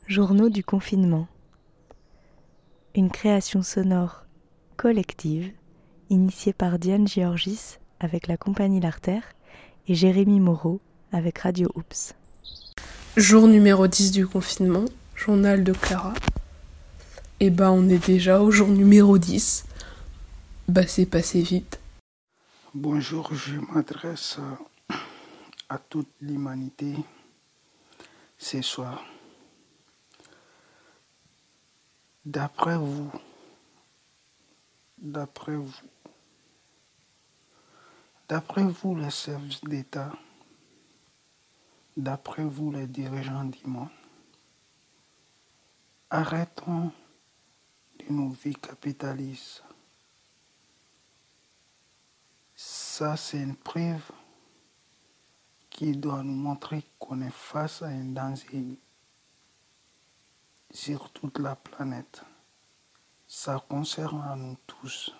Journaux du confinement. Une création sonore collective initiée par Diane Georgis avec la compagnie L'Artère et Jérémy Moreau avec Radio Oops. Jour numéro 10 du confinement, journal de Clara. On est déjà au jour numéro 10. C'est passé vite. Bonjour, je m'adresse à toute l'humanité ce soir. D'après vous, les chefs d'État, d'après vous, les dirigeants du monde, arrêtons de nos vies capitalistes. Ça, c'est une preuve qui doit nous montrer qu'on est face à un danger sur toute la planète. Ça concerne à nous tous.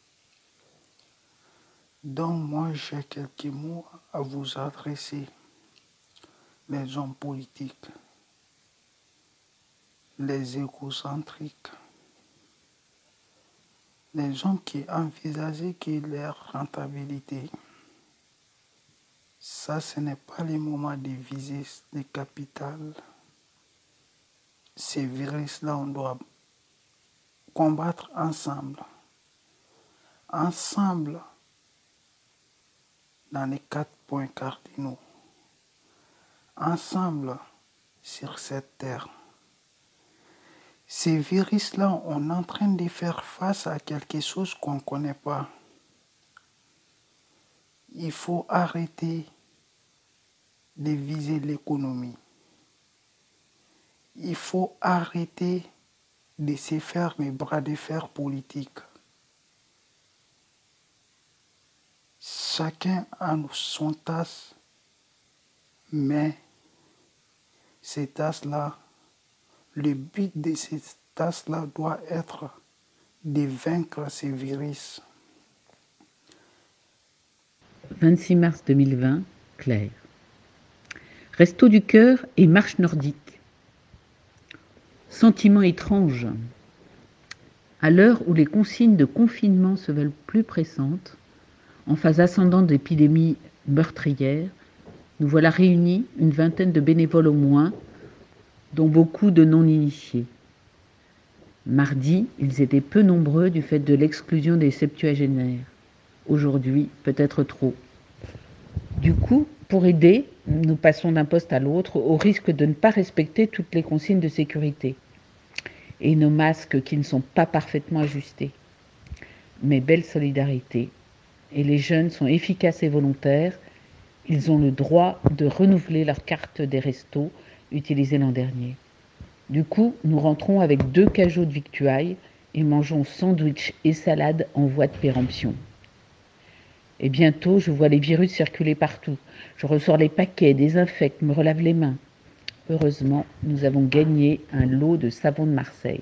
Donc moi, j'ai quelques mots à vous adresser. Les hommes politiques, les égocentriques, les hommes qui envisageaient que leur rentabilité, ça, ce n'est pas le moment de viser le capital. Ces virus-là, on doit combattre ensemble. Ensemble, dans les 4 points cardinaux. Ensemble, sur cette terre. Ces virus-là, on est en train de faire face à quelque chose qu'on ne connaît pas. Il faut arrêter de viser l'économie. Il faut arrêter de se faire les bras de fer politiques. Chacun a son tasse, mais ces tasses-là, le but de ces tasses-là doit être de vaincre ces virus. 26 mars 2020, Claire. Resto du cœur et marche nordique. Sentiment étrange. À l'heure où les consignes de confinement se veulent plus pressantes, en phase ascendante d'épidémie meurtrière, nous voilà réunis, une vingtaine de bénévoles au moins, dont beaucoup de non-initiés. Mardi, ils étaient peu nombreux du fait de l'exclusion des septuagénaires. Aujourd'hui, peut-être trop. Du coup, pour aider, nous passons d'un poste à l'autre au risque de ne pas respecter toutes les consignes de sécurité et nos masques qui ne sont pas parfaitement ajustés. Mais belle solidarité. Et les jeunes sont efficaces et volontaires. Ils ont le droit de renouveler leur carte des restos utilisée l'an dernier. Du coup, nous rentrons avec 2 cajots de victuailles et mangeons sandwich et salade en voie de péremption. Et bientôt, je vois les virus circuler partout. Je ressors les paquets, désinfecte, me relave les mains. Heureusement, nous avons gagné un lot de savon de Marseille.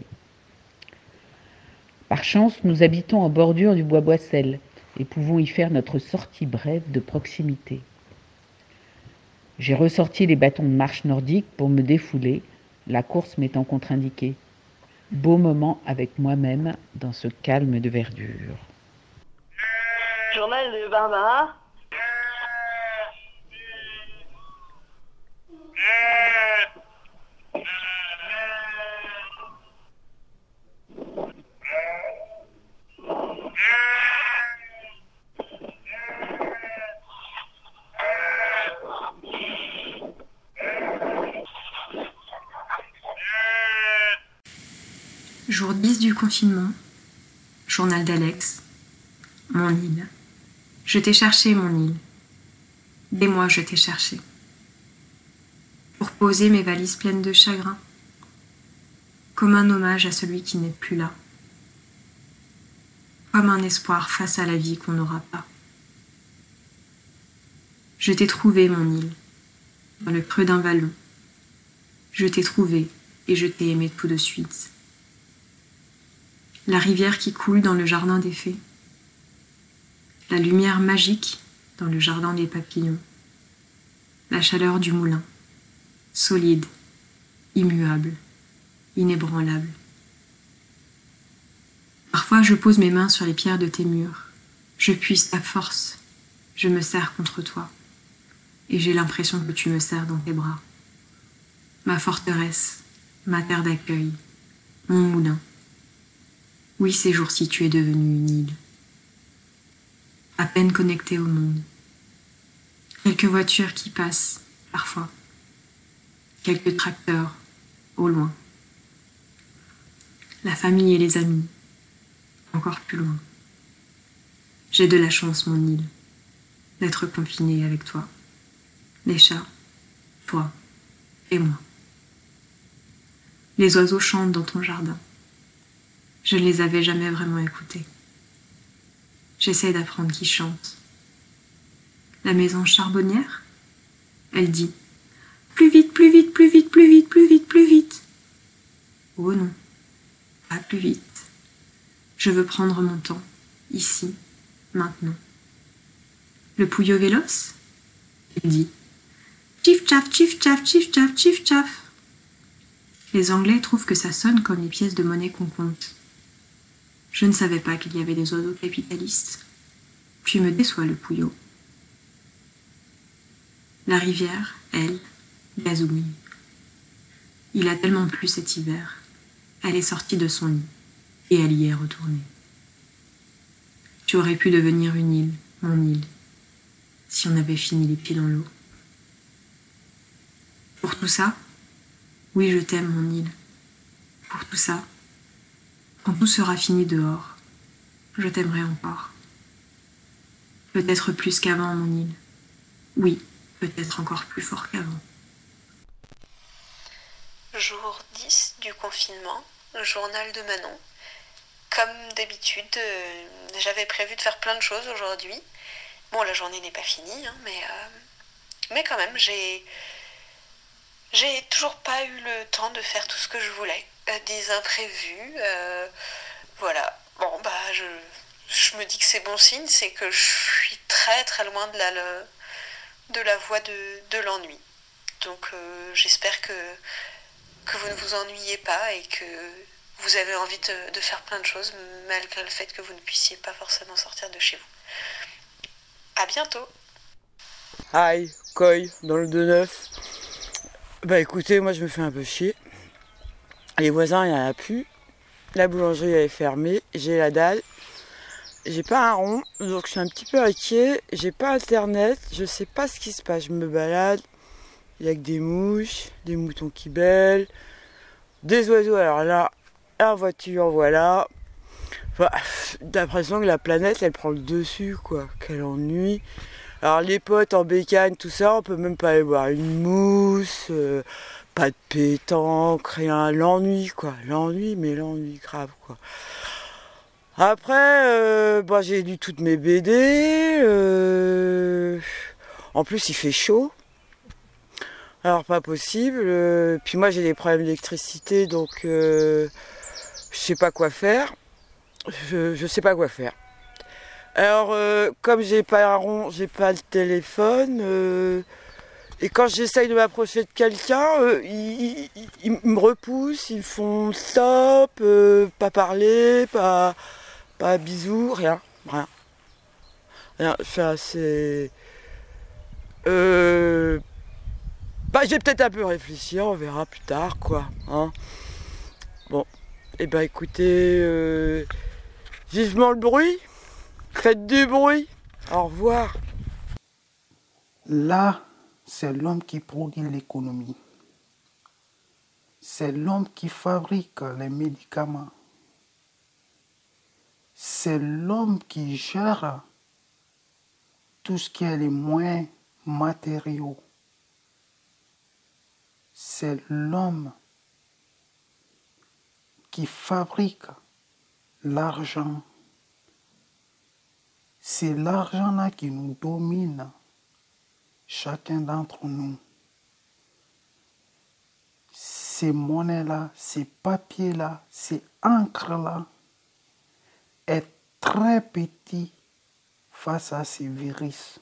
Par chance, nous habitons en bordure du bois Boissel et pouvons y faire notre sortie brève de proximité. J'ai ressorti les bâtons de marche nordique pour me défouler, la course m'étant contre-indiquée. Beau moment avec moi-même dans ce calme de verdure. Journal de Barbara. Jour 10 du confinement. Journal d'Alex. Mon île. Je t'ai cherché, mon île. Dès moi, je t'ai cherché. Pour poser mes valises pleines de chagrin. Comme un hommage à celui qui n'est plus là. Comme un espoir face à la vie qu'on n'aura pas. Je t'ai trouvé, mon île, dans le creux d'un vallon. Je t'ai trouvé et je t'ai aimé tout de suite. La rivière qui coule dans le jardin des fées. La lumière magique dans le jardin des papillons. La chaleur du moulin, solide, immuable, inébranlable. Parfois, je pose mes mains sur les pierres de tes murs. Je puise ta force. Je me serre contre toi. Et j'ai l'impression que tu me serres dans tes bras. Ma forteresse, ma terre d'accueil, mon moulin. Oui, ces jours-ci, tu es devenue une île. À peine connectée au monde. Quelques voitures qui passent, parfois. Quelques tracteurs, au loin. La famille et les amis, encore plus loin. J'ai de la chance, mon île, d'être confinée avec toi. Les chats, toi et moi. Les oiseaux chantent dans ton jardin. Je ne les avais jamais vraiment écoutés. J'essaie d'apprendre qui chante. La maison charbonnière, elle dit « Plus vite, plus vite, plus vite, plus vite, plus vite, plus vite !» Oh non, pas plus vite. Je veux prendre mon temps, ici, maintenant. Le pouillot véloce, il dit « Chif chaf, chif chaf, chif chaf, chif chaf !» Les Anglais trouvent que ça sonne comme les pièces de monnaie qu'on compte. Je ne savais pas qu'il y avait des oiseaux capitalistes. Puis me déçoit le pouillot. La rivière, elle, gazouille. Il a tellement plu cet hiver. Elle est sortie de son lit et elle y est retournée. Tu aurais pu devenir une île, mon île, si on avait fini les pieds dans l'eau. Pour tout ça, oui, je t'aime, mon île. Pour tout ça, quand tout sera fini dehors, je t'aimerai encore. Peut-être plus qu'avant, mon île. Oui, peut-être encore plus fort qu'avant. Jour 10 du confinement, journal de Manon. Comme d'habitude, j'avais prévu de faire plein de choses aujourd'hui. Bon, la journée n'est pas finie, hein, mais quand même, j'ai toujours pas eu le temps de faire tout ce que je voulais. Des imprévus, voilà. Bon, je me dis que c'est bon signe, c'est que je suis très très loin de la voie de l'ennui. Donc j'espère que vous ne vous ennuyez pas et que vous avez envie de faire plein de choses malgré le fait que vous ne puissiez pas forcément sortir de chez vous. À bientôt. Aïe, Coy, dans le 2-9. Bah écoutez, moi je me fais un peu chier. Les voisins, il n'y en a plus. La boulangerie elle est fermée. J'ai la dalle. J'ai pas un rond, donc je suis un petit peu inquiet. J'ai pas internet, je sais pas ce qui se passe. Je me balade. Il y a que des mouches, des moutons qui bêlent, des oiseaux. Alors là, la voiture, voilà. Enfin, j'ai l'impression que la planète, elle prend le dessus, quoi. Quel ennui. Alors les potes en bécane, tout ça, on peut même pas aller boire une mousse, pas de pétanque, rien. L'ennui, quoi. L'ennui, mais l'ennui grave, quoi. Après, j'ai lu toutes mes BD. En plus, il fait chaud. Alors pas possible. Puis moi j'ai des problèmes d'électricité, donc je sais pas quoi faire. Je sais pas quoi faire. Alors comme j'ai pas un rond, j'ai pas le téléphone. Et quand j'essaye de m'approcher de quelqu'un, ils me repoussent, ils font stop, pas parler, pas bisous, rien. Enfin, c'est. J'ai peut-être un peu réfléchi, on verra plus tard, quoi. Hein. Bon, écoutez, vivement le bruit, faites du bruit, au revoir. Là, c'est l'homme qui produit l'économie. C'est l'homme qui fabrique les médicaments. C'est l'homme qui gère tout ce qui est les moyens matériaux. C'est l'homme qui fabrique l'argent. C'est l'argent-là qui nous domine, chacun d'entre nous. Ces monnaies-là, ces papiers-là, ces encres-là est très petit face à ces virus.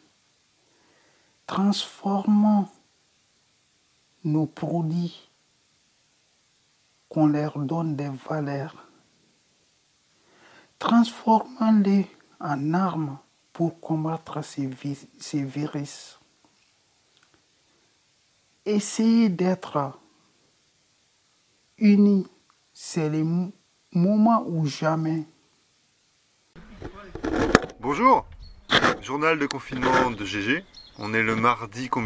Transformons nos produits qu'on leur donne des valeurs, transformant-les en armes pour combattre ces virus. Essayez d'être unis, c'est le moment ou jamais. Bonjour, journal de confinement de GG. On est le mardi combien ?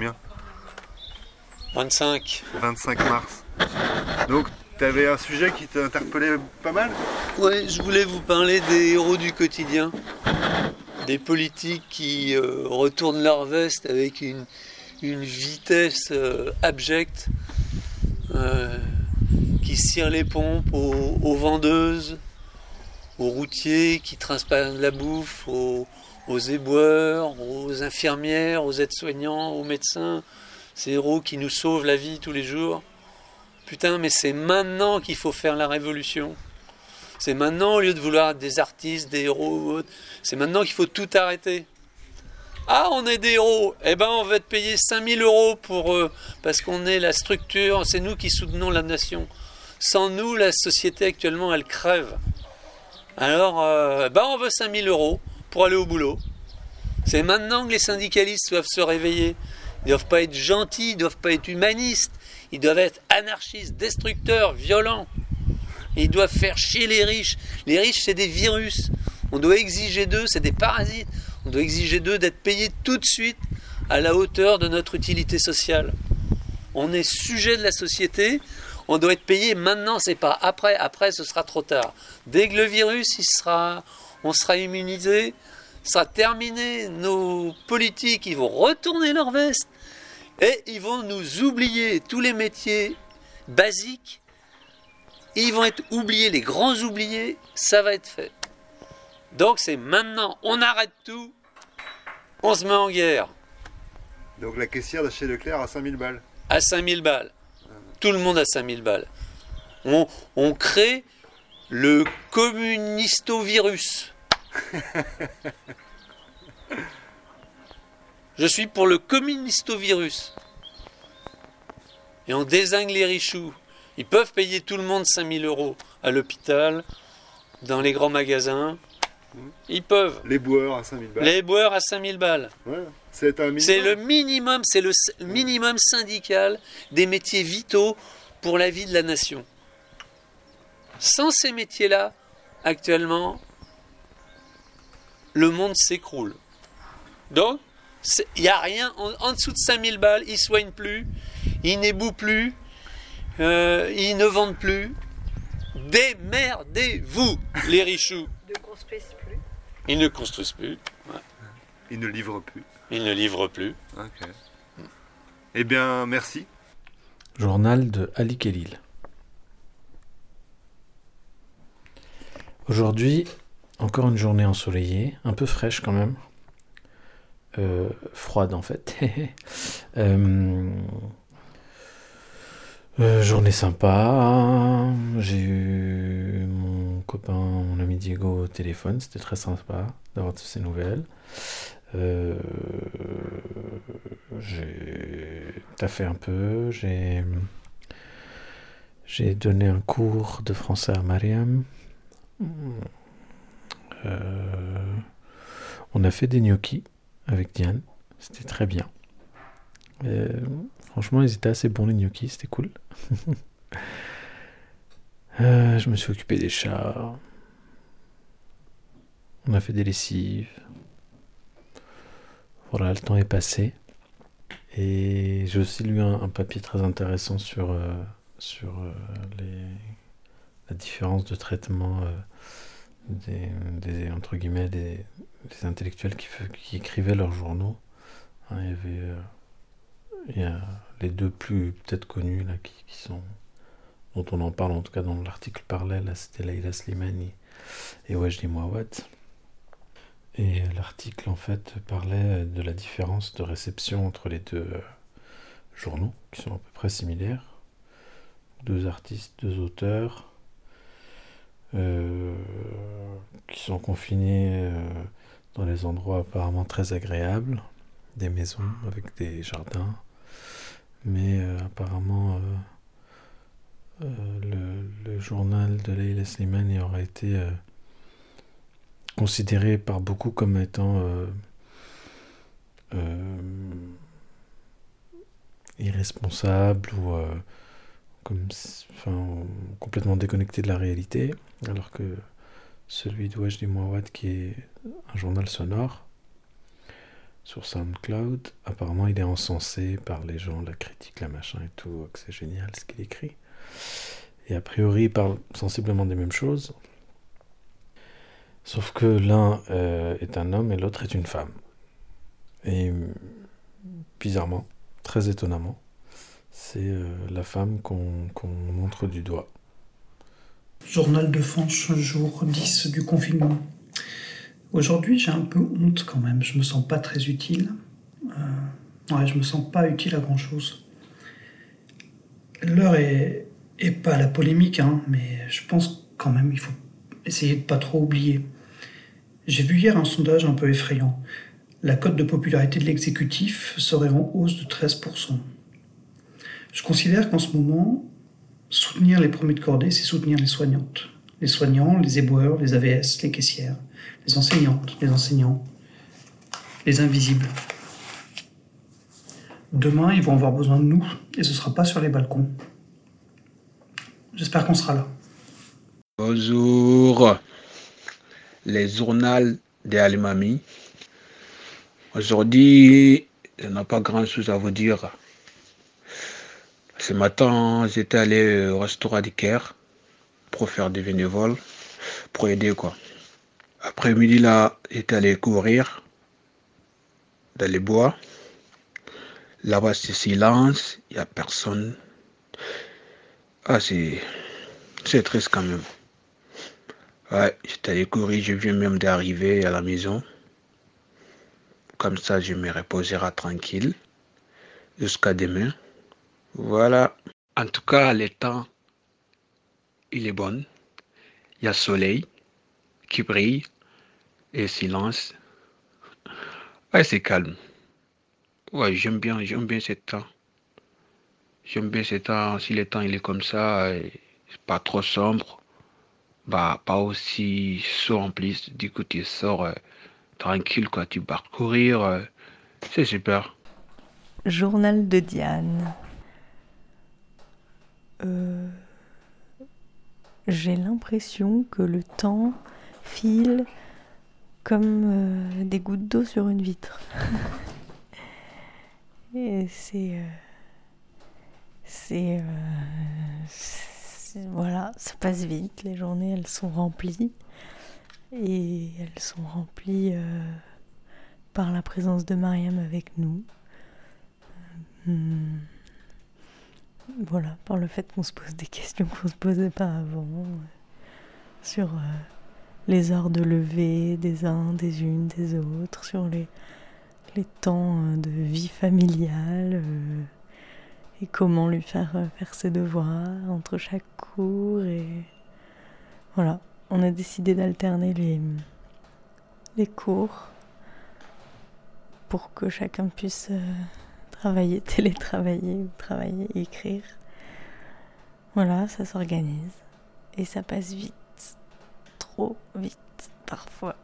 25 mars. Donc, t'avais un sujet qui t'interpellait pas mal ? Ouais, je voulais vous parler des héros du quotidien. Des politiques qui retournent leur veste avec une vitesse abjecte, qui cirent les pompes aux vendeuses, aux routiers qui transparent de la bouffe, aux éboueurs, aux infirmières, aux aides-soignants, aux médecins. Ces héros qui nous sauvent la vie tous les jours. Putain, mais c'est maintenant qu'il faut faire la révolution. C'est maintenant, au lieu de vouloir être des artistes, des héros ou autres, c'est maintenant qu'il faut tout arrêter. Ah, on est des héros. Eh ben, on va te payer 5000 € parce qu'on est la structure, c'est nous qui soutenons la nation. Sans nous, la société actuellement, elle crève. Alors, on veut 5000 € pour aller au boulot. C'est maintenant que les syndicalistes doivent se réveiller. Ils ne doivent pas être gentils, ils ne doivent pas être humanistes. Ils doivent être anarchistes, destructeurs, violents. Ils doivent faire chier les riches. Les riches, c'est des virus. On doit exiger d'eux, c'est des parasites. On doit exiger d'eux d'être payés tout de suite à la hauteur de notre utilité sociale. On est sujet de la société. On doit être payé maintenant, c'est pas après. Après, ce sera trop tard. Dès que le virus, on sera immunisé, sera terminé. Nos politiques, ils vont retourner leur veste et ils vont nous oublier tous les métiers basiques. Ils vont être oubliés, les grands oubliés. Ça va être fait. Donc c'est maintenant. On arrête tout. On se met en guerre. Donc la caissière de chez Leclerc à 5000 balles. À 5000 balles. Tout le monde a 5000 balles. On crée le communistovirus. Je suis pour le communistovirus. Et on désigne les richoux. Ils peuvent payer tout le monde 5000 € à l'hôpital, dans les grands magasins. Ils peuvent. Les boueurs à 5000 balles. Les boueurs à 5000 balles. Ouais, c'est un minimum. C'est le minimum syndical des métiers vitaux pour la vie de la nation. Sans ces métiers-là, actuellement, le monde s'écroule. Donc, il n'y a rien en dessous de 5000 balles, ils ne soignent plus, ils n'ébouent plus, ils ne vendent plus. Démerdez-vous, les richoux. Ne construisent plus. Ils ne construisent plus. Ouais. Ils ne livrent plus. Ils ne livrent plus. Ok. Eh bien, merci. Journal de Ali Khalil. Aujourd'hui, encore une journée ensoleillée, un peu fraîche quand même. Froide en fait. Journée sympa. J'ai eu mon copain, mon ami Diego au téléphone. C'était très sympa d'avoir toutes ces nouvelles. J'ai taffé un peu. J'ai donné un cours de français à Mariam. On a fait des gnocchis avec Diane. C'était très bien. Franchement, ils étaient assez bons les gnocchis, c'était cool. Je me suis occupé des chats. On a fait des lessives. Voilà, le temps est passé. Et j'ai aussi lu un papier très intéressant sur la différence de traitement des entre guillemets des intellectuels qui écrivaient leurs journaux. Hein, il y a les deux plus peut-être connus là qui sont, dont on en parle en tout cas dans l'article parlait là, c'était Leila Slimani et Wajdi Mouawad. Et l'article en fait parlait de la différence de réception entre les deux journaux qui sont à peu près similaires. Deux artistes, deux auteurs qui sont confinés dans des endroits apparemment très agréables, des maisons avec des jardins, mais apparemment journal de Leila Slimani aurait été considéré par beaucoup comme étant irresponsable ou complètement déconnecté de la réalité, alors que celui de Wajdi Mouawad, qui est un journal sonore sur SoundCloud, apparemment il est encensé par les gens, la critique, la machin et tout, que c'est génial ce qu'il écrit. Et a priori il parle sensiblement des mêmes choses, sauf que l'un est un homme et l'autre est une femme. Et bizarrement, très étonnamment, c'est la femme qu'on montre du doigt. Journal de Fanche, jour 10 du confinement. Aujourd'hui, j'ai un peu honte quand même. Je me sens pas très utile. Je me sens pas utile à grand-chose. L'heure est pas à la polémique, mais je pense quand même il faut essayer de pas trop oublier. J'ai vu hier un sondage un peu effrayant. La cote de popularité de l'exécutif serait en hausse de 13%. Je considère qu'en ce moment, soutenir les premiers de cordée, c'est soutenir les soignantes. Les soignants, les éboueurs, les AVS, les caissières, les enseignantes, les enseignants, les invisibles. Demain, ils vont avoir besoin de nous, et ce ne sera pas sur les balcons. J'espère qu'on sera là. Bonjour, les journaux de Alimami. Aujourd'hui, je n'ai pas grand-chose à vous dire. Ce matin, j'étais allé au restaurant du Caire pour faire des bénévoles, pour aider quoi. Après-midi là, j'étais allé courir dans les bois. Là-bas c'est silence, il n'y a personne. C'est triste quand même. Ouais, j'étais allé courir, je viens même d'arriver à la maison. Comme ça, je me reposerai tranquille jusqu'à demain. Voilà. En tout cas, le temps, il est bon. Il y a soleil qui brille et silence. Ouais, c'est calme. Ouais, j'aime bien ce temps. J'aime bien ce temps. Si le temps il est comme ça, c'est pas trop sombre, pas aussi chaud en plus. Du coup, tu sors tranquille, quoi. Tu pars courir. C'est super. Journal de Diane. J'ai l'impression que le temps file comme des gouttes d'eau sur une vitre. Et voilà, ça passe vite, les journées elles sont remplies. Et elles sont remplies par la présence de Mariam avec nous. Voilà, par le fait qu'on se pose des questions qu'on se posait pas avant, sur les heures de lever des uns, des unes, des autres, sur les temps de vie familiale et comment lui faire ses devoirs entre chaque cours. Et voilà, on a décidé d'alterner les cours pour que chacun puisse travailler, télétravailler ou travailler et écrire. Voilà, ça s'organise et ça passe vite, trop vite parfois.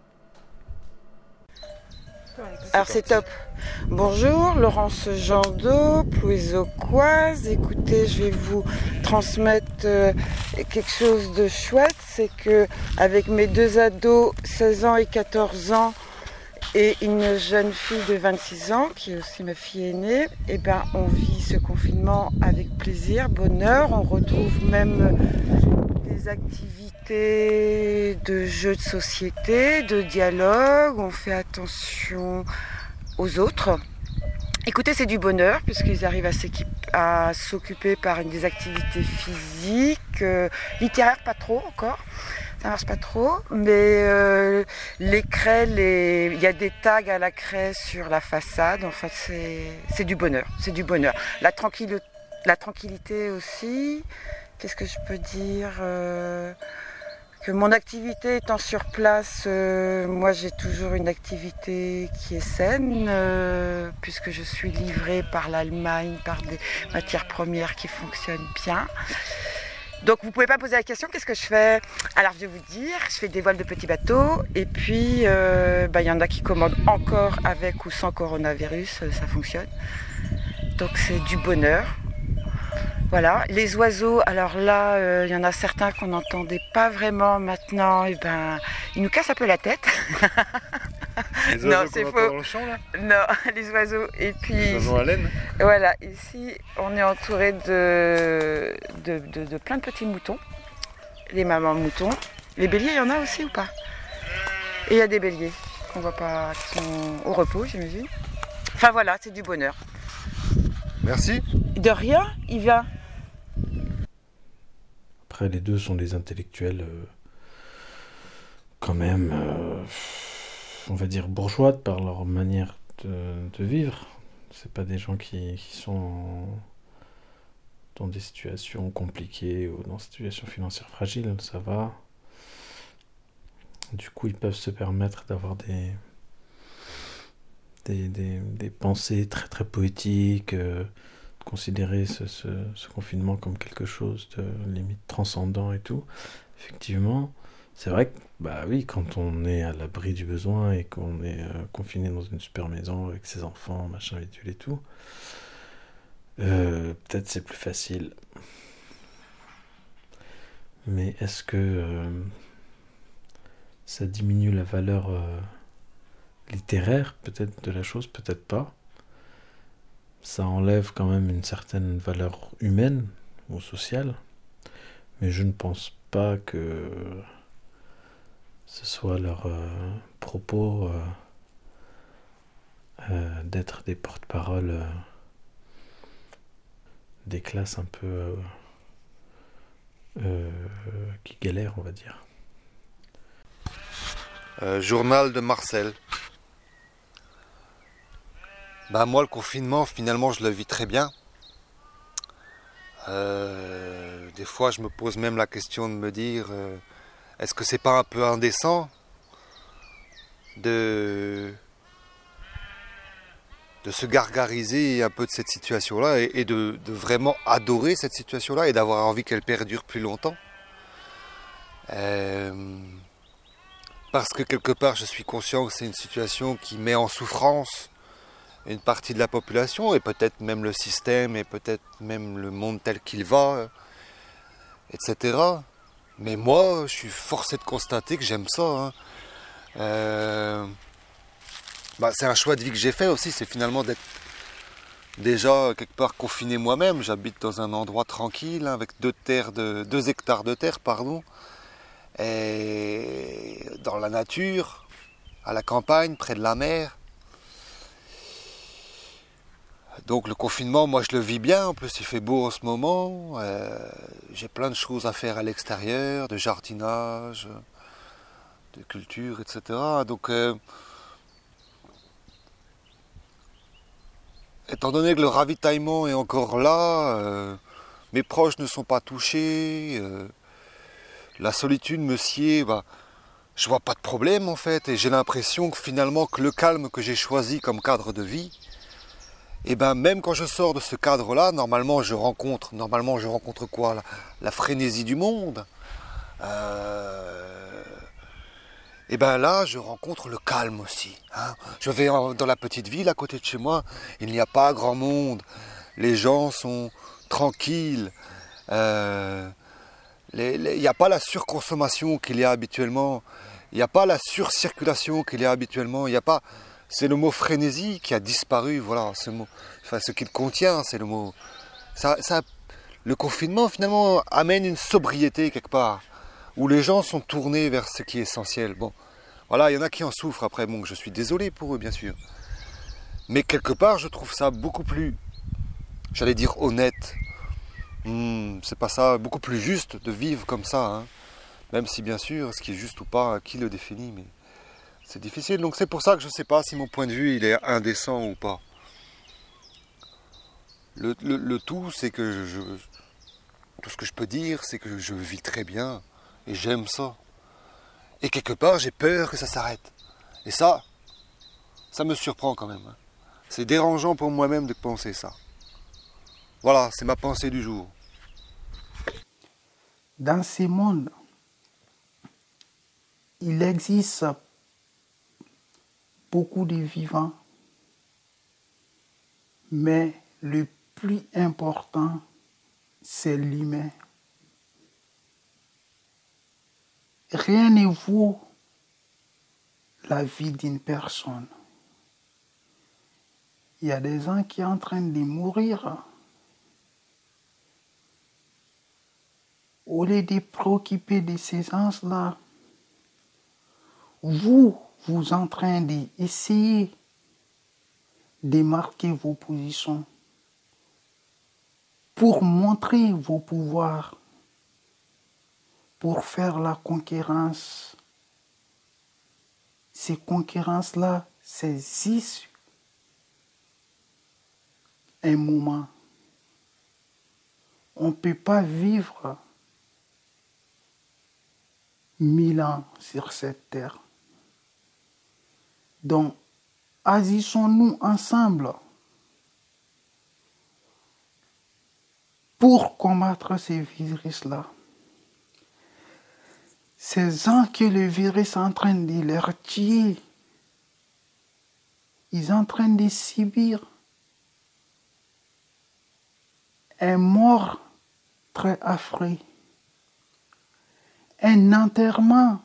Alors c'est top. Bonjour, Laurence Jandot, Plouézocoise. Écoutez, je vais vous transmettre quelque chose de chouette. C'est que avec mes deux ados, 16 ans et 14 ans, et une jeune fille de 26 ans, qui est aussi ma fille aînée, on vit ce confinement avec plaisir, bonheur. On retrouve même des activités de jeux de société, de dialogue. On fait attention aux autres. Écoutez, c'est du bonheur, puisqu'ils arrivent à s'occuper par des activités physiques, littéraires pas trop encore. Ça marche pas trop, mais les craies, il y a des tags à la craie sur la façade. En fait, c'est du bonheur, c'est du bonheur. La tranquillité aussi. Qu'est-ce que je peux dire que mon activité étant sur place, moi j'ai toujours une activité qui est saine, puisque je suis livrée par l'Allemagne, par des matières premières qui fonctionnent bien. Donc vous pouvez pas poser la question, qu'est-ce que je fais? Alors je vais vous dire, je fais des vols de petits bateaux et puis y en a qui commandent encore avec ou sans coronavirus, ça fonctionne. Donc c'est du bonheur. Voilà, les oiseaux, alors là, y en a certains qu'on n'entendait pas vraiment maintenant, et ils nous cassent un peu la tête. Les oiseaux qu'on entend dans le champ là? Non, les oiseaux. Et puis les oiseaux à laine. Voilà, ici on est entouré de plein de petits moutons. Les mamans moutons. Les béliers, il y en a aussi ou pas? Et il y a des béliers qu'on voit pas, qui sont au repos, j'imagine. Enfin voilà, c'est du bonheur. Merci. De rien, il vient. Après, les deux sont des intellectuels quand même, on va dire, bourgeois par leur manière de vivre. C'est pas des gens qui sont dans des situations compliquées ou dans des situations financières fragiles, ça va. Du coup, ils peuvent se permettre d'avoir des pensées très très poétiques, de considérer ce confinement comme quelque chose de limite transcendant et tout. Effectivement, c'est vrai que oui, quand on est à l'abri du besoin et qu'on est confiné dans une super maison avec ses enfants, machin, vétule et tout, peut-être c'est plus facile. Mais est-ce que ça diminue la valeur littéraire peut-être de la chose, peut-être pas. Ça enlève quand même une certaine valeur humaine ou sociale, mais je ne pense pas que ce soit leur propos d'être des porte-parole des classes un peu qui galèrent, on va dire. Journal de Marcel. Moi, le confinement, finalement, je le vis très bien. Des fois, je me pose même la question de me dire, est-ce que c'est pas un peu indécent de se gargariser un peu de cette situation-là et de vraiment adorer cette situation-là et d'avoir envie qu'elle perdure plus longtemps. Parce que quelque part, je suis conscient que c'est une situation qui met en souffrance une partie de la population et peut-être même le système et peut-être même le monde tel qu'il va, etc. Mais moi, je suis forcé de constater que j'aime ça. C'est un choix de vie que j'ai fait aussi, c'est finalement d'être déjà quelque part confiné moi-même. J'habite dans un endroit tranquille avec 2 hectares de terre, et dans la nature, à la campagne, près de la mer. Donc le confinement, moi je le vis bien, en plus il fait beau en ce moment, j'ai plein de choses à faire à l'extérieur, de jardinage, de culture, etc. Donc étant donné que le ravitaillement est encore là, mes proches ne sont pas touchés, la solitude me sied, je vois pas de problème en fait, et j'ai l'impression que finalement que le calme que j'ai choisi comme cadre de vie, et même quand je sors de ce cadre-là, normalement je rencontre quoi? La frénésie du monde. Et là, je rencontre le calme aussi. Je vais dans la petite ville à côté de chez moi, il n'y a pas grand monde. Les gens sont tranquilles. Il n'y a pas la surconsommation qu'il y a habituellement. Il n'y a pas la surcirculation qu'il y a habituellement. Il n'y a pas... C'est le mot frénésie qui a disparu, voilà, ce mot. Enfin, ce qu'il contient, c'est le mot. Le confinement, finalement, amène une sobriété quelque part, où les gens sont tournés vers ce qui est essentiel. Bon, voilà, il y en a qui en souffrent après, bon, je suis désolé pour eux, bien sûr. Mais quelque part, je trouve ça beaucoup plus, j'allais dire honnête. C'est pas ça, beaucoup plus juste de vivre comme ça, Même si, bien sûr, ce qui est juste ou pas, qui le définit, mais... C'est difficile, donc c'est pour ça que je ne sais pas si mon point de vue il est indécent ou pas. Le tout, c'est que tout ce que je peux dire, c'est que je vis très bien et j'aime ça. Et quelque part, j'ai peur que ça s'arrête. Et ça me surprend quand même. C'est dérangeant pour moi-même de penser ça. Voilà, c'est ma pensée du jour. Dans ce monde, il existe beaucoup de vivants, mais le plus important, c'est l'humain. Rien ne vaut la vie d'une personne. Il y a des gens qui sont en train de mourir. Au lieu de préoccuper de ces gens-là, vous êtes en train d'essayer de marquer vos positions pour montrer vos pouvoirs, pour faire la concurrence. Ces concurrences-là, c'est juste un moment. On ne peut pas vivre 1000 ans sur cette terre. Donc, agissons-nous ensemble pour combattre ces virus-là. Ces gens que le virus est en train de leur tuer, ils sont en train de subir un mort très affreux, un enterrement.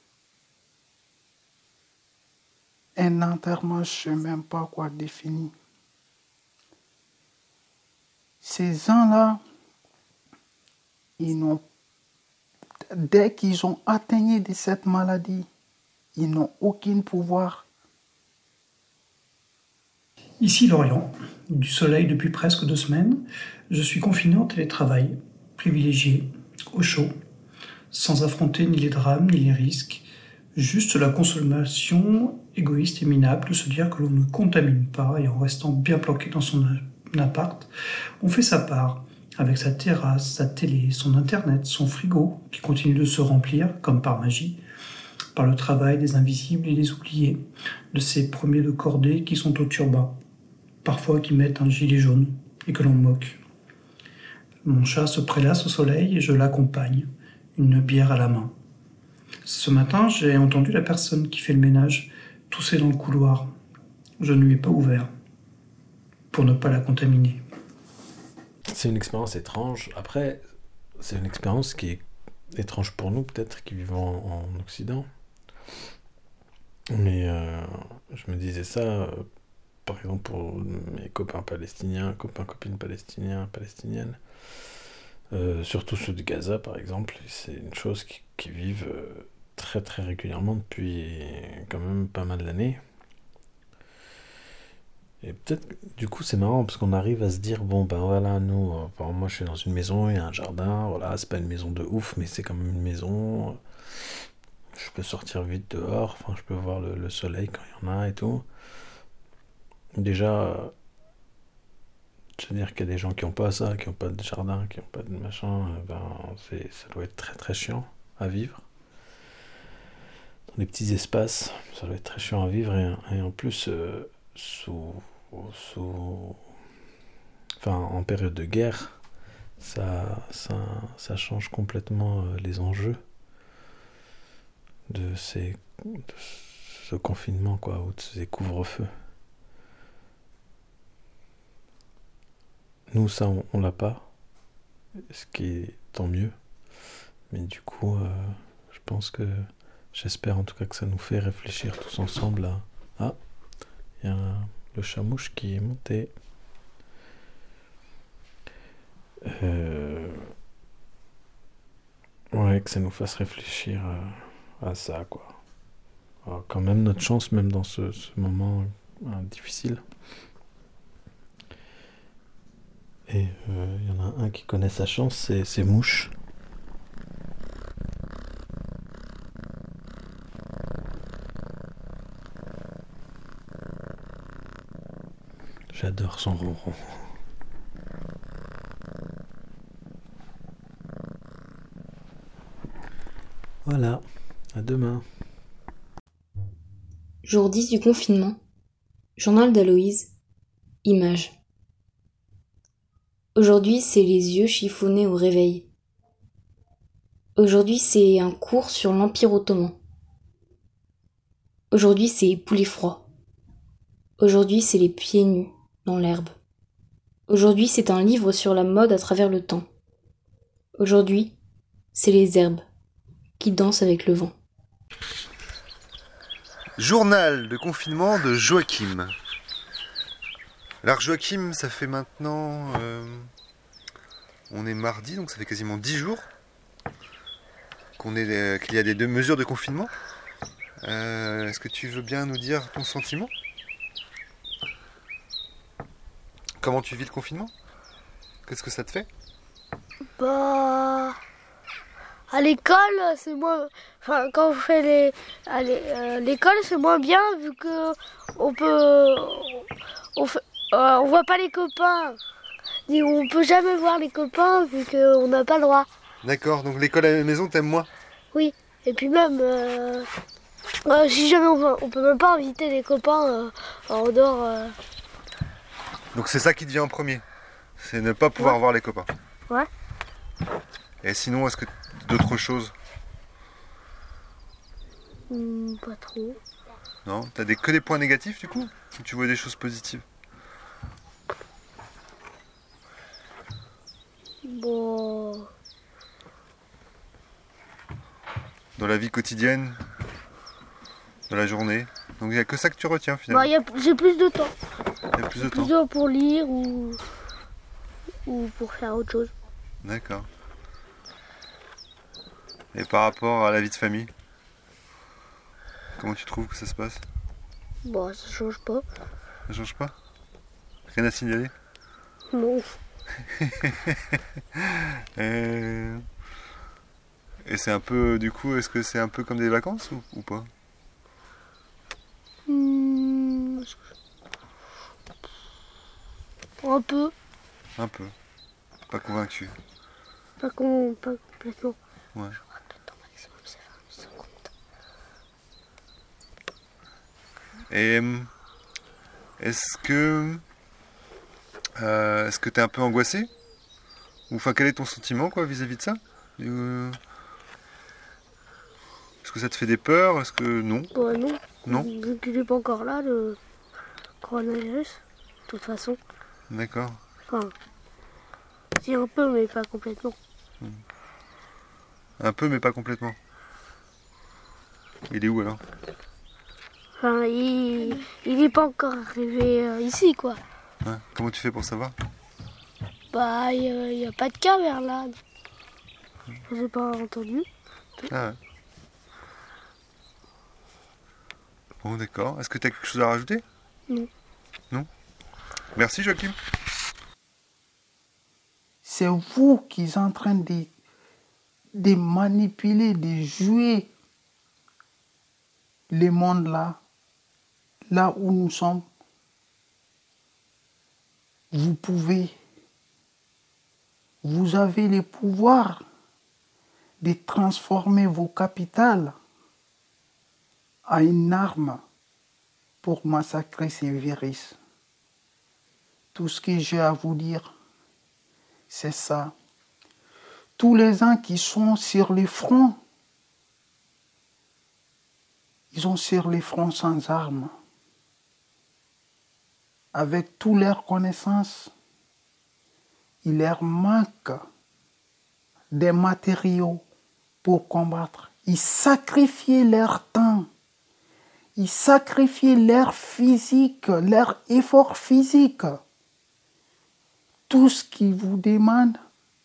Un enterrement, je ne sais même pas quoi définir. Ces gens-là, dès qu'ils ont atteint de cette maladie, ils n'ont aucun pouvoir. Ici Lorient, du soleil depuis presque 2 semaines. Je suis confiné en télétravail, privilégié, au chaud, sans affronter ni les drames ni les risques. Juste la consommation égoïste et minable de se dire que l'on ne contamine pas et en restant bien planqué dans son appart, on fait sa part avec sa terrasse, sa télé, son internet, son frigo qui continue de se remplir comme par magie par le travail des invisibles et des oubliés, de ces premiers de cordée qui sont au turbin, parfois qui mettent un gilet jaune et que l'on moque. Mon chat se prélasse au soleil et je l'accompagne, une bière à la main. Ce matin, j'ai entendu la personne qui fait le ménage tousser dans le couloir. Je ne lui ai pas ouvert, pour ne pas la contaminer. C'est une expérience étrange. Après, c'est une expérience qui est étrange pour nous, peut-être, qui vivons en Occident. Mais je me disais ça, par exemple, pour mes copains palestiniens, copines palestiniennes. Surtout ceux de Gaza, par exemple. C'est une chose qui vivent très très régulièrement depuis quand même pas mal d'années. Et peut-être, du coup, c'est marrant parce qu'on arrive à se dire, bon, ben voilà, nous, par exemple, moi je suis dans une maison, il y a un jardin, voilà, c'est pas une maison de ouf, mais c'est quand même une maison. Je peux sortir vite dehors, enfin, je peux voir le soleil quand il y en a et tout. Déjà, se dire qu'il y a des gens qui n'ont pas ça, qui n'ont pas de jardin, qui n'ont pas de machin, ça doit être très très chiant à vivre. Dans des petits espaces, ça doit être très chiant à vivre et en plus, en période de guerre, ça change complètement les enjeux de ce confinement, quoi, ou de ces couvre-feux. Nous, ça, on l'a pas, ce qui est tant mieux. Mais du coup, je pense que, j'espère en tout cas que ça nous fait réfléchir tous ensemble à... Ah, il y a le chat-mouche qui est monté. Ouais, que ça nous fasse réfléchir à ça, quoi. Alors, quand même notre chance, même dans ce moment difficile. Et il y en a un qui connaît sa chance, c'est Mouche. J'adore son ronron. Voilà, à demain. Jour 10 du confinement. Journal d'Aloïse. Images. Aujourd'hui, c'est les yeux chiffonnés au réveil. Aujourd'hui, c'est un cours sur l'Empire ottoman. Aujourd'hui, c'est poulet froid. Aujourd'hui, c'est les pieds nus dans l'herbe. Aujourd'hui, c'est un livre sur la mode à travers le temps. Aujourd'hui, c'est les herbes qui dansent avec le vent. Journal de confinement de Joachim. Alors Joachim, ça fait maintenant... on est mardi, donc ça fait quasiment 10 jours qu'il y a des 2 mesures de confinement. Est-ce que tu veux bien nous dire ton sentiment? Comment tu vis le confinement? Qu'est-ce que ça te fait? Bah, à l'école, c'est moins. Enfin, quand on fait l'école, c'est moins bien vu que on voit pas les copains. Et on peut jamais voir les copains vu qu'on n'a pas le droit. D'accord, donc l'école à la maison, t'aimes moins? Oui, et puis même, si jamais on peut même pas inviter les copains en dehors. Donc c'est ça qui te vient en premier? C'est ne pas pouvoir voir les copains? Ouais. Et sinon, est-ce que d'autres choses? Pas trop. Non? T'as que des points négatifs du coup? Ou tu vois des choses positives? Bon. Dans la vie quotidienne? Dans la journée? Donc il n'y a que ça que tu retiens finalement? Bah, j'ai plus de temps. Il y a plus de temps? Plus de temps pour lire ou pour faire autre chose. D'accord. Et par rapport à la vie de famille, comment tu trouves que ça se passe? Bon, ça change pas. Ça change pas? Rien à signaler? Non. Et c'est un peu, du coup, est-ce que c'est un peu comme des vacances ou pas? Un peu. Un peu. Pas convaincu. Pas complètement. Ouais. Et est-ce que t'es un peu angoissé? Ou enfin, quel est ton sentiment quoi vis-à-vis de ça? Est-ce que ça te fait des peurs? Est-ce que non? Bah non. Non. Vu qu'il n'est pas encore là, le coronavirus, de toute façon. D'accord. Enfin, si un peu, mais pas complètement. Un peu, mais pas complètement. Il est où alors? Enfin, il n'est pas encore arrivé ici, quoi. Ouais. Comment tu fais pour savoir? Bah, il n'y a pas de cas vers là. J'ai pas entendu. Ah ouais. Bon, d'accord. Est-ce que tu as quelque chose à rajouter? Non. Non? Merci, Joachim. C'est vous qui êtes en train de manipuler, de jouer le monde là où nous sommes. Vous avez le pouvoir de transformer vos capitales en une arme pour massacrer ces virus. Tout ce que j'ai à vous dire, c'est ça. Tous les gens qui sont sur les fronts, ils sont sur les fronts sans armes. Avec toutes leurs connaissances, il leur manque des matériaux pour combattre. Ils sacrifient leur temps. Ils sacrifient leur physique, leur effort physique. Tout ce qu'ils vous demandent,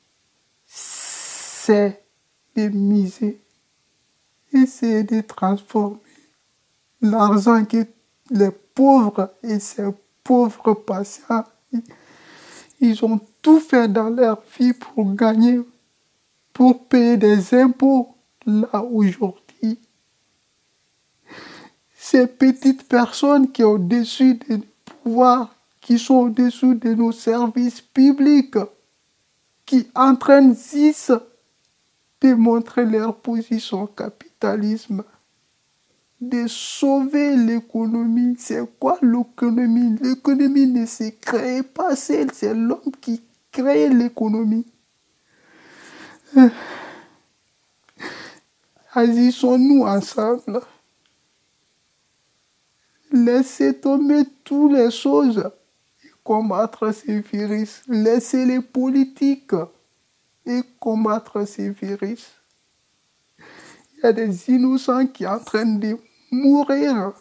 c'est de miser, essayer de transformer l'argent que les pauvres et ces pauvres patients, ils ont tout fait dans leur vie pour gagner, pour payer des impôts. Là, aujourd'hui, ces petites personnes qui sont au-dessus des pouvoirs, qui sont au-dessus de nos services publics, qui entraînent de montrer leur position au capitalisme, de sauver l'économie. C'est quoi l'économie? L'économie ne se crée pas seule, c'est l'homme qui crée l'économie. Agissons-nous ensemble. Laissez tomber toutes les choses et combattre ces virus. Laissez les politiques et combattre ces virus. Il y a des innocents qui sont en train de mourir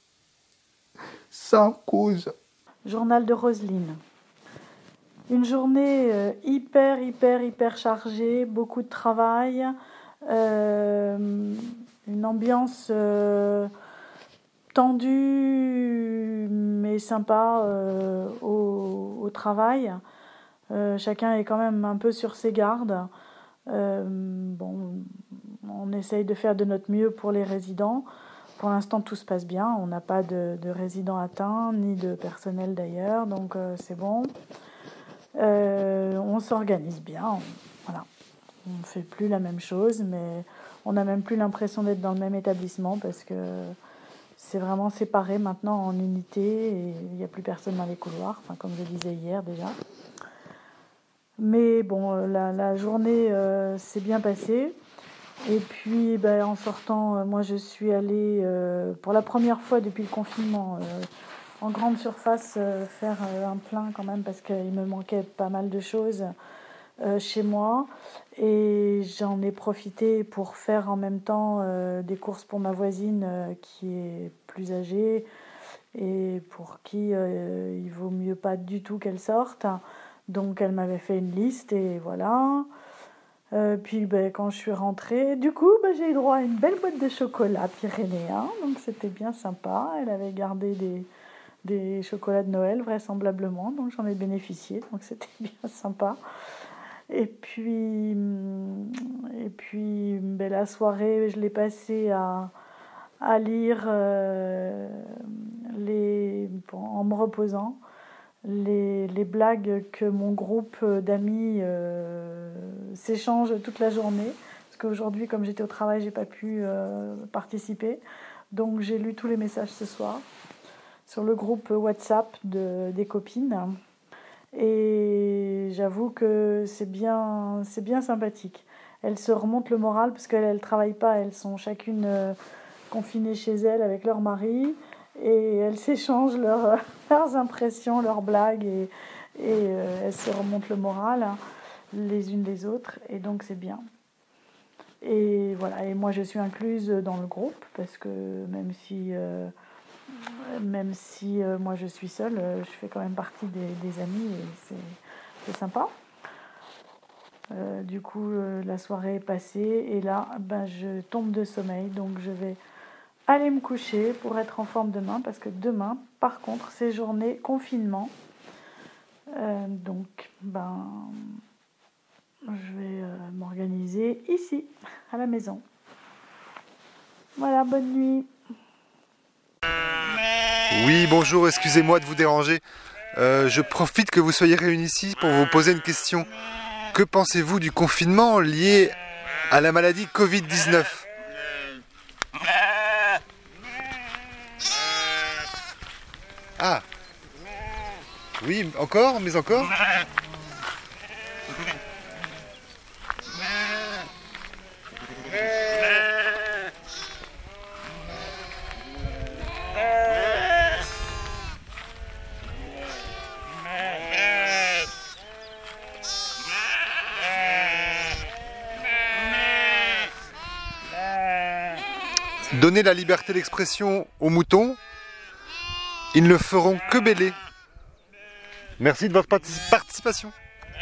sans cause. Journal de Roselyne. Une journée hyper chargée, beaucoup de travail, une ambiance tendue mais sympa au travail. Chacun est quand même un peu sur ses gardes. On essaye de faire de notre mieux pour les résidents. Pour l'instant, tout se passe bien. On n'a pas de résidents atteints, ni de personnel d'ailleurs, donc c'est bon. On s'organise bien. Voilà. On ne fait plus la même chose, mais on n'a même plus l'impression d'être dans le même établissement parce que c'est vraiment séparé maintenant en unités et il n'y a plus personne dans les couloirs, enfin, comme je disais hier déjà. Mais bon, la journée s'est bien passée. Et puis, en sortant, moi, je suis allée, pour la première fois depuis le confinement, en grande surface, faire un plein quand même, parce qu'il me manquait pas mal de choses chez moi. Et j'en ai profité pour faire en même temps des courses pour ma voisine qui est plus âgée et pour qui il vaut mieux pas du tout qu'elle sorte. Donc, elle m'avait fait une liste et voilà. Puis quand je suis rentrée, du coup j'ai eu droit à une belle boîte de chocolat pyrénéen, donc c'était bien sympa. Elle avait gardé des chocolats de Noël vraisemblablement, donc j'en ai bénéficié, donc c'était bien sympa. Et puis la soirée, je l'ai passée à lire en me reposant. Les blagues que mon groupe d'amis s'échange toute la journée. Parce qu'aujourd'hui, comme j'étais au travail, j'ai pas pu participer. Donc j'ai lu tous les messages ce soir sur le groupe WhatsApp des copines. Et j'avoue que c'est bien sympathique. Elles se remontent le moral parce qu'elles ne travaillent pas. Elles sont chacune confinées chez elles avec leur mari. Et elles s'échangent leurs impressions, leurs blagues et elles se remontent le moral les unes les autres et donc c'est bien. Et voilà, et moi je suis incluse dans le groupe parce que même si moi je suis seule, je fais quand même partie des amis et c'est sympa. Du coup la soirée est passée et là je tombe de sommeil, donc je vais aller me coucher pour être en forme demain parce que demain, par contre, c'est journée confinement. Donc, je vais m'organiser ici, à la maison. Voilà, bonne nuit. Oui, bonjour, excusez-moi de vous déranger. Je profite que vous soyez réunis ici pour vous poser une question. Que pensez-vous du confinement lié à la maladie Covid-19 ? Ah. Oui, encore, mais encore. Donner la liberté d'expression aux moutons, ils ne feront que bêler. Merci de votre participation.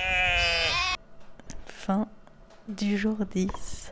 Fin du jour 10.